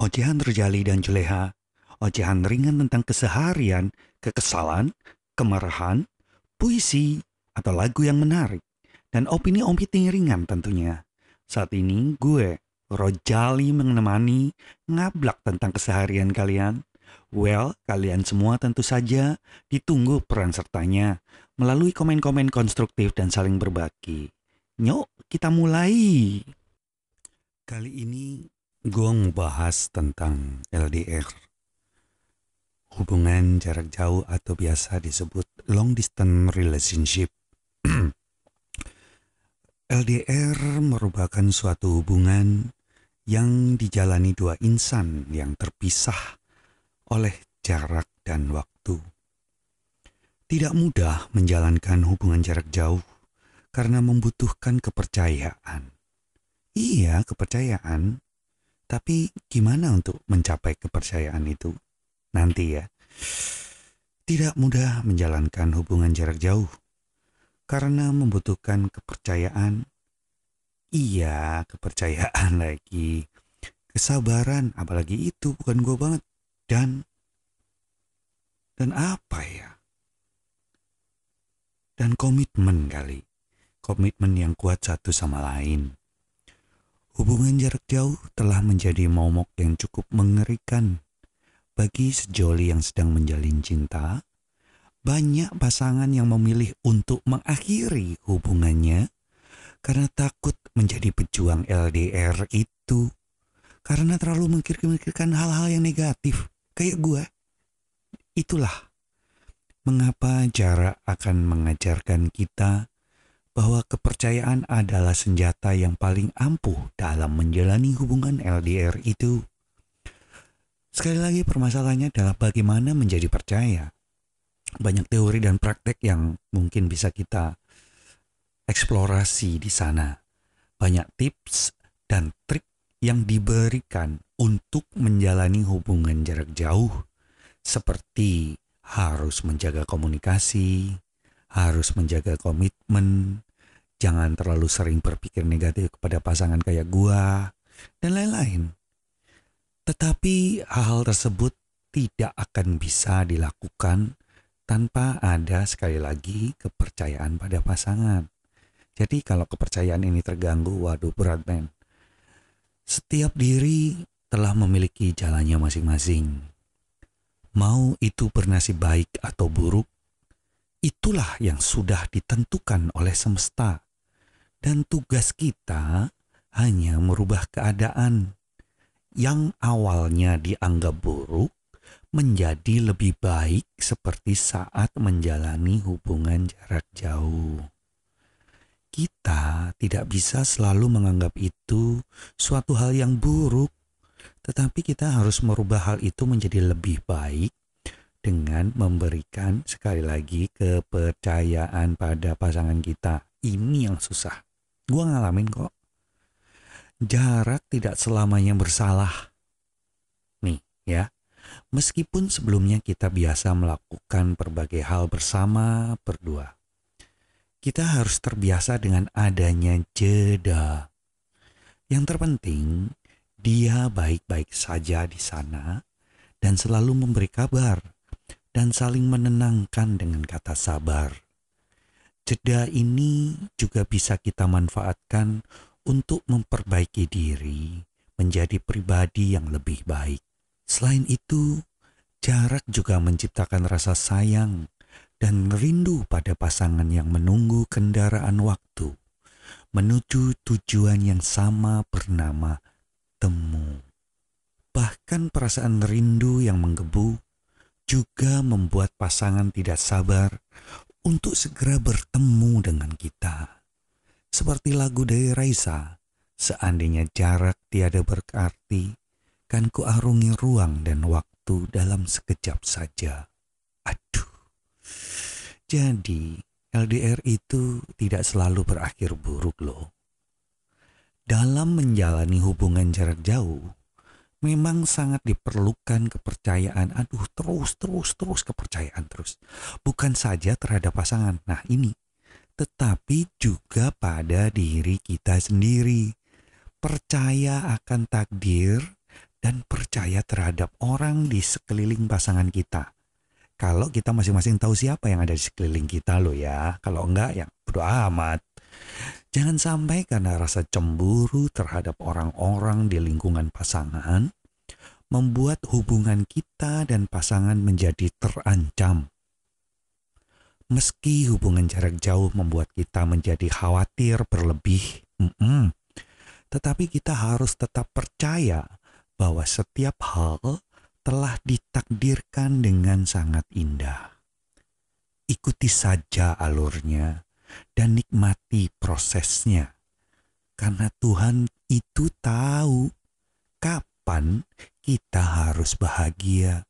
Ocehan Terjali dan Juleha, ocehan ringan tentang keseharian, kekesalan, kemarahan, puisi, atau lagu yang menarik, dan opini-opini ringan tentunya. Saat ini gue, Rojali menemani ngablak tentang keseharian kalian. Well, kalian semua tentu saja ditunggu peran sertanya melalui komen-komen konstruktif dan saling berbagi. Nyok, kita mulai. Kali ini gue mau bahas tentang LDR, hubungan jarak jauh atau biasa disebut long distance relationship. LDR merupakan suatu hubungan yang dijalani dua insan yang terpisah oleh jarak dan waktu. Tidak mudah menjalankan hubungan jarak jauh karena membutuhkan kepercayaan. Iya, kepercayaan. Tapi gimana untuk mencapai kepercayaan itu? Nanti ya. Tidak mudah menjalankan hubungan jarak jauh karena membutuhkan kepercayaan. Iya, kepercayaan lagi. Kesabaran, apalagi itu bukan gue banget. Dan apa ya? Dan komitmen kali. Komitmen yang kuat satu sama lain. Hubungan jarak jauh telah menjadi momok yang cukup mengerikan bagi sejoli yang sedang menjalin cinta. Banyak pasangan yang memilih untuk mengakhiri hubungannya karena takut menjadi pejuang LDR itu. Karena terlalu memikirkan hal-hal yang negatif. Kayak gue. Itulah mengapa jarak akan mengajarkan kita bahwa kepercayaan adalah senjata yang paling ampuh dalam menjalani hubungan LDR itu. Sekali lagi permasalahannya adalah bagaimana menjadi percaya. Banyak teori dan praktek yang mungkin bisa kita eksplorasi di sana. Banyak tips dan trik yang diberikan untuk menjalani hubungan jarak jauh. Seperti harus menjaga komunikasi, harus menjaga komitmen, jangan terlalu sering berpikir negatif kepada pasangan kayak gua, dan lain-lain. Tetapi hal tersebut tidak akan bisa dilakukan tanpa ada sekali lagi kepercayaan pada pasangan. Jadi kalau kepercayaan ini terganggu, waduh berat men. Setiap diri telah memiliki jalannya masing-masing. Mau itu bernasib baik atau buruk, itulah yang sudah ditentukan oleh semesta. Dan tugas kita hanya merubah keadaan yang awalnya dianggap buruk menjadi lebih baik seperti saat menjalani hubungan jarak jauh. Kita tidak bisa selalu menganggap itu suatu hal yang buruk, tetapi kita harus merubah hal itu menjadi lebih baik dengan memberikan sekali lagi kepercayaan pada pasangan kita. Ini yang susah. Gua ngalamin kok. Jarak tidak selamanya bersalah. Nih ya, meskipun sebelumnya kita biasa melakukan berbagai hal bersama berdua. Kita harus terbiasa dengan adanya jeda. Yang terpenting, dia baik-baik saja di sana dan selalu memberi kabar dan saling menenangkan dengan kata sabar. Jeda ini juga bisa kita manfaatkan untuk memperbaiki diri menjadi pribadi yang lebih baik. Selain itu, jarak juga menciptakan rasa sayang dan rindu pada pasangan yang menunggu kendaraan waktu menuju tujuan yang sama bernama temu. Bahkan perasaan rindu yang menggebu juga membuat pasangan tidak sabar untuk segera bertemu dengan kita. Seperti lagu dari Raisa, seandainya jarak tiada berarti, kan ku arungi ruang dan waktu dalam sekejap saja. Aduh. Jadi, LDR itu tidak selalu berakhir buruk loh. Dalam menjalani hubungan jarak jauh, memang sangat diperlukan kepercayaan. Aduh, terus kepercayaan terus. Bukan saja terhadap pasangan. Nah ini, tetapi juga pada diri kita sendiri. Percaya akan takdir dan percaya terhadap orang di sekeliling pasangan kita. Kalau kita masing-masing tahu siapa yang ada di sekeliling kita loh ya. Kalau enggak ya bodo amat. Jangan sampai karena rasa cemburu terhadap orang-orang di lingkungan pasangan membuat hubungan kita dan pasangan menjadi terancam. Meski hubungan jarak jauh membuat kita menjadi khawatir berlebih, tetapi kita harus tetap percaya bahwa setiap hal telah ditakdirkan dengan sangat indah. Ikuti saja alurnya dan nikmati prosesnya. Karena Tuhan itu tahu kapan kita harus bahagia.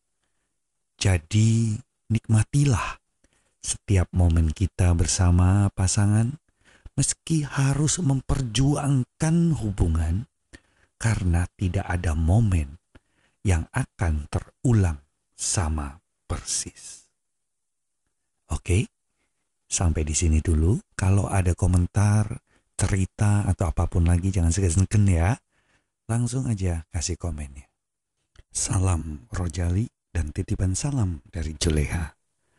Jadi nikmatilah setiap momen kita bersama pasangan, meski harus memperjuangkan hubungan, karena tidak ada momen yang akan terulang sama persis. Oke, sampai di sini dulu. Kalau ada komentar, cerita, atau apapun lagi jangan segan-segan ya. Langsung aja kasih komennya. Salam Rojali dan titipan salam dari Juleha.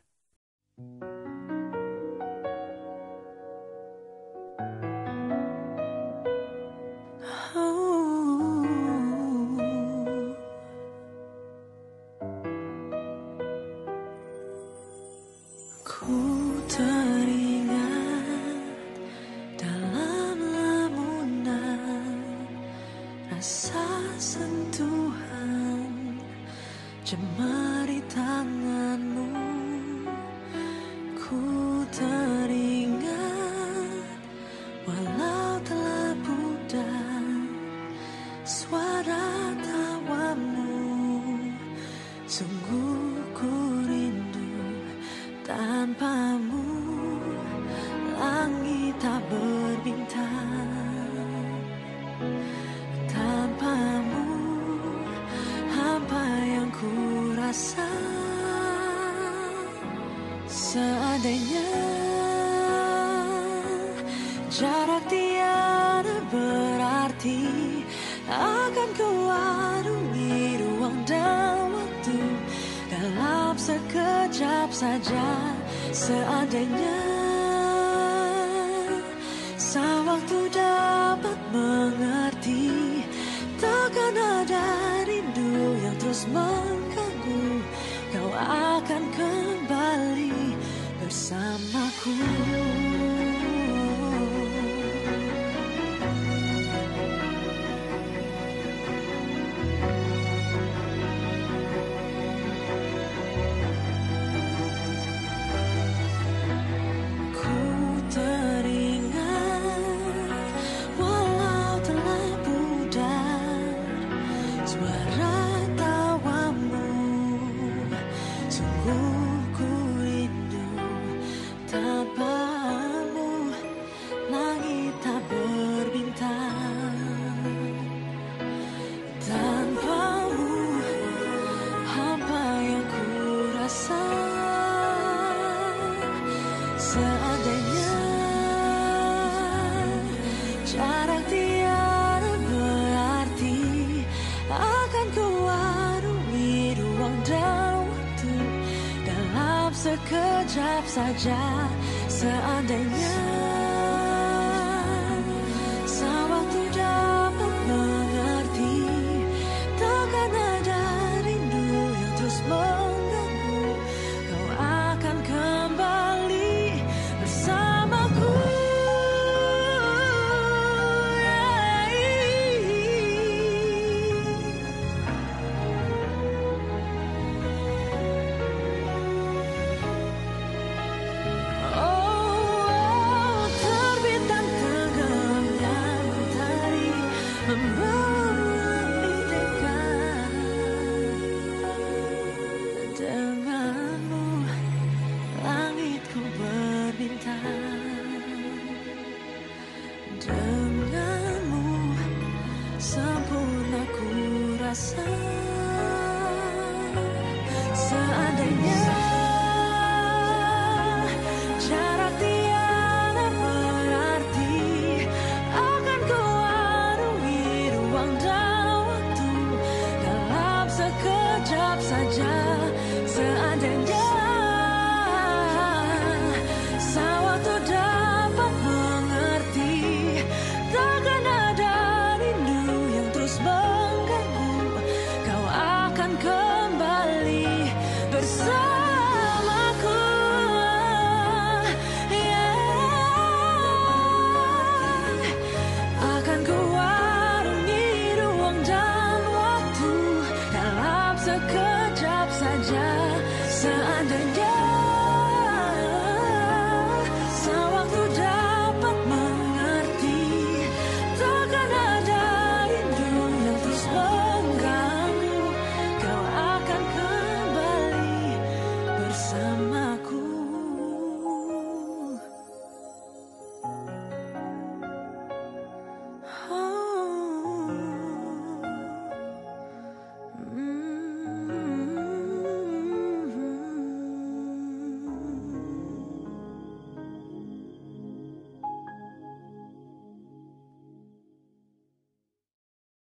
Ku teringat dalam lamunan rasa sentuhan jemari tanganmu. Ku teringat walau telah pudar suara tawamu. Sungguh ku rindu tanpamu, langit tak berbintang. Tanpamu, hampa yang ku rasa. Seandainya jarak tiada berarti, akan ku arungi ruang dan waktu dalam sekejap saja. Seandainya sang waktu dapat mengerti, takkan ada rindu yang terus mengganggu. Kau akan kembali bersamaku. Seandainya jarak tiada berarti, akan ku arungi ruang dan waktu dalam sekejap saja. Seandainya sang waktu dapat mengerti, takkan ada rindu yang terus mengganggu. Kau akan kembali bersamaku. Oh, saja.